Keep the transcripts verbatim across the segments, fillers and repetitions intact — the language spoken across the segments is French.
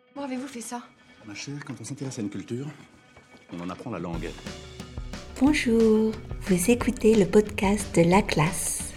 Comment avez-vous fait ça? Ma chère, quand on s'intéresse à une culture, on en apprend la langue. Bonjour, vous écoutez le podcast de La Classe.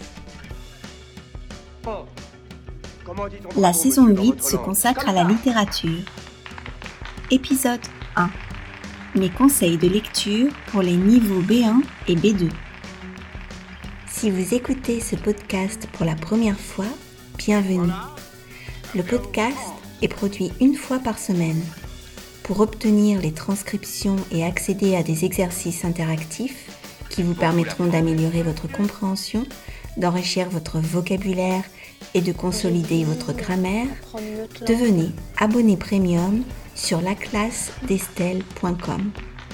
Oh. Comment dit-on La bravo, saison monsieur, dans huit votre se langue? consacre Comme à la ça. littérature. Épisode un. Mes conseils de lecture pour les niveaux B un et B deux. Si vous écoutez ce podcast pour la première fois, bienvenue. Le podcast est produit une fois par semaine. Pour obtenir les transcriptions et accéder à des exercices interactifs qui vous permettront d'améliorer votre compréhension, d'enrichir votre vocabulaire et de consolider votre grammaire, devenez abonné premium sur la classe d'estelle point com.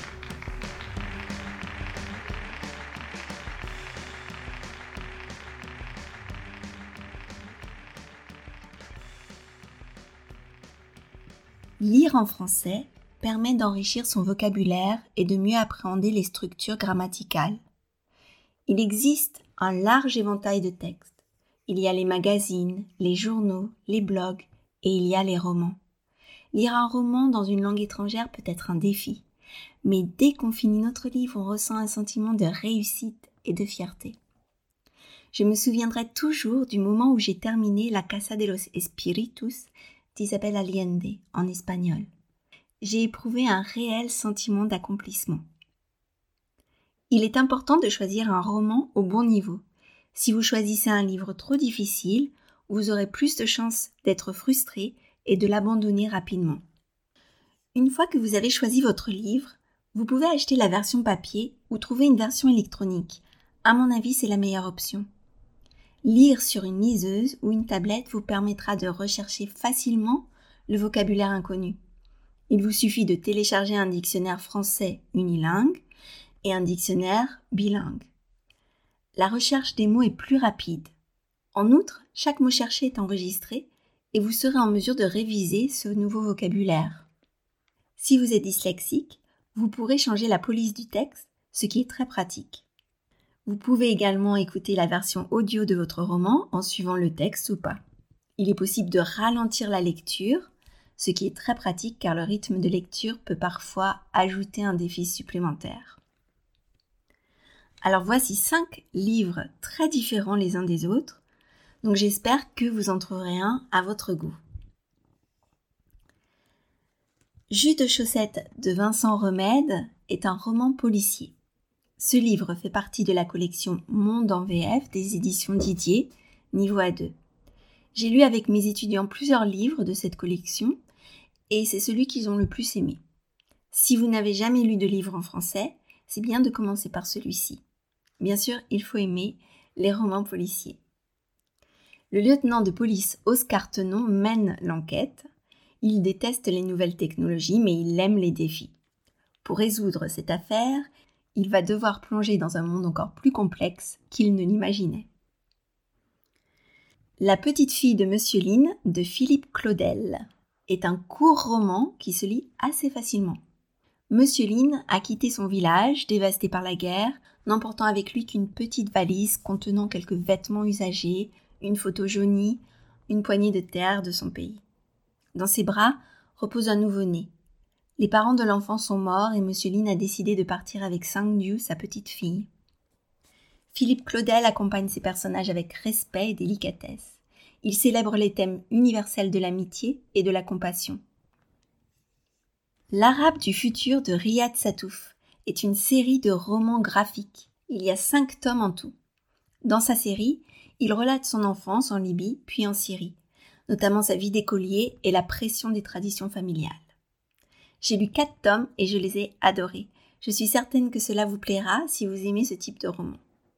Lire en français permet d'enrichir son vocabulaire et de mieux appréhender les structures grammaticales. Il existe un large éventail de textes. Il y a les magazines, les journaux, les blogs et il y a les romans. Lire un roman dans une langue étrangère peut être un défi, mais dès qu'on finit notre livre, on ressent un sentiment de réussite et de fierté. Je me souviendrai toujours du moment où j'ai terminé La Casa de los Espíritus d'Isabel Allende en espagnol. J'ai éprouvé un réel sentiment d'accomplissement. Il est important de choisir un roman au bon niveau. Si vous choisissez un livre trop difficile, vous aurez plus de chances d'être frustré et de l'abandonner rapidement. Une fois que vous avez choisi votre livre, vous pouvez acheter la version papier ou trouver une version électronique. À mon avis, c'est la meilleure option. Lire sur une liseuse ou une tablette vous permettra de rechercher facilement le vocabulaire inconnu. Il vous suffit de télécharger un dictionnaire français unilingue et un dictionnaire bilingue. La recherche des mots est plus rapide. En outre, chaque mot cherché est enregistré et vous serez en mesure de réviser ce nouveau vocabulaire. Si vous êtes dyslexique, vous pourrez changer la police du texte, ce qui est très pratique. Vous pouvez également écouter la version audio de votre roman en suivant le texte ou pas. Il est possible de ralentir la lecture, ce qui est très pratique car le rythme de lecture peut parfois ajouter un défi supplémentaire. Alors voici cinq livres très différents les uns des autres, donc j'espère que vous en trouverez un à votre goût. Jus de chaussette de Vincent Remède est un roman policier. Ce livre fait partie de la collection Monde en V F des éditions Didier, niveau A deux. J'ai lu avec mes étudiants plusieurs livres de cette collection et c'est celui qu'ils ont le plus aimé. Si vous n'avez jamais lu de livre en français, c'est bien de commencer par celui-ci. Bien sûr, il faut aimer les romans policiers. Le lieutenant de police Oscar Tenon mène l'enquête. Il déteste les nouvelles technologies, mais il aime les défis. Pour résoudre cette affaire, il va devoir plonger dans un monde encore plus complexe qu'il ne l'imaginait. La petite fille de Monsieur Lin de Philippe Claudel est un court roman qui se lit assez facilement. Monsieur Lin a quitté son village, dévasté par la guerre, n'emportant avec lui qu'une petite valise contenant quelques vêtements usagés, une photo jaunie, une poignée de terre de son pays. Dans ses bras repose un nouveau-né. Les parents de l'enfant sont morts et Monsieur Lin a décidé de partir avec Sang Diu, sa petite fille. Philippe Claudel accompagne ses personnages avec respect et délicatesse. Il célèbre les thèmes universels de l'amitié et de la compassion. L'Arabe du futur de Riyad Sattouf est une série de romans graphiques. Il y a cinq tomes en tout. Dans sa série, il relate son enfance en Libye puis en Syrie, notamment sa vie d'écolier et la pression des traditions familiales. J'ai lu quatre tomes et je les ai adorés. Je suis certaine que cela vous plaira si vous aimez ce type de roman.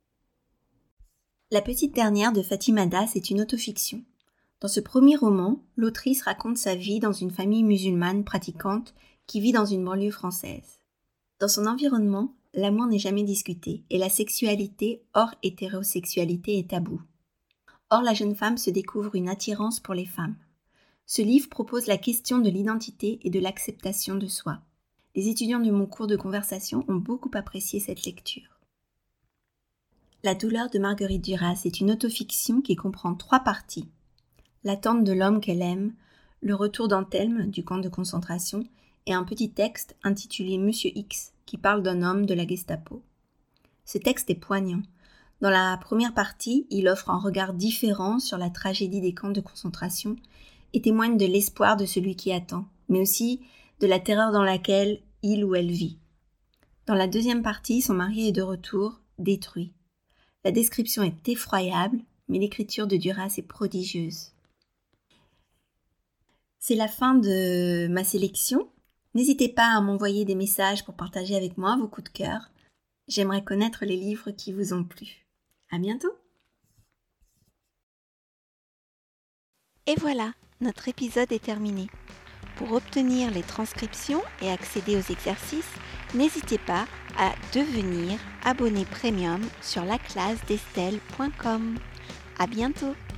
La petite dernière de Fatima Das est une autofiction. Dans ce premier roman, l'autrice raconte sa vie dans une famille musulmane pratiquante qui vit dans une banlieue française. Dans son environnement, l'amour n'est jamais discuté et la sexualité hors hétérosexualité est taboue. Or, la jeune femme se découvre une attirance pour les femmes. Ce livre propose la question de l'identité et de l'acceptation de soi. Les étudiants de mon cours de conversation ont beaucoup apprécié cette lecture. La douleur de Marguerite Duras est une autofiction qui comprend trois parties. L'attente de l'homme qu'elle aime, le retour d'Anthelme du camp de concentration et un petit texte intitulé Monsieur X qui parle d'un homme de la Gestapo. Ce texte est poignant. Dans la première partie, il offre un regard différent sur la tragédie des camps de concentration et témoigne de l'espoir de celui qui attend, mais aussi de la terreur dans laquelle il ou elle vit. Dans la deuxième partie, son mari est de retour, détruit. La description est effroyable, mais l'écriture de Duras est prodigieuse. C'est la fin de ma sélection. N'hésitez pas à m'envoyer des messages pour partager avec moi vos coups de cœur. J'aimerais connaître les livres qui vous ont plu. À bientôt! Et voilà, notre épisode est terminé. Pour obtenir les transcriptions et accéder aux exercices, n'hésitez pas à devenir abonné premium sur la classe d'estelle point com. À bientôt!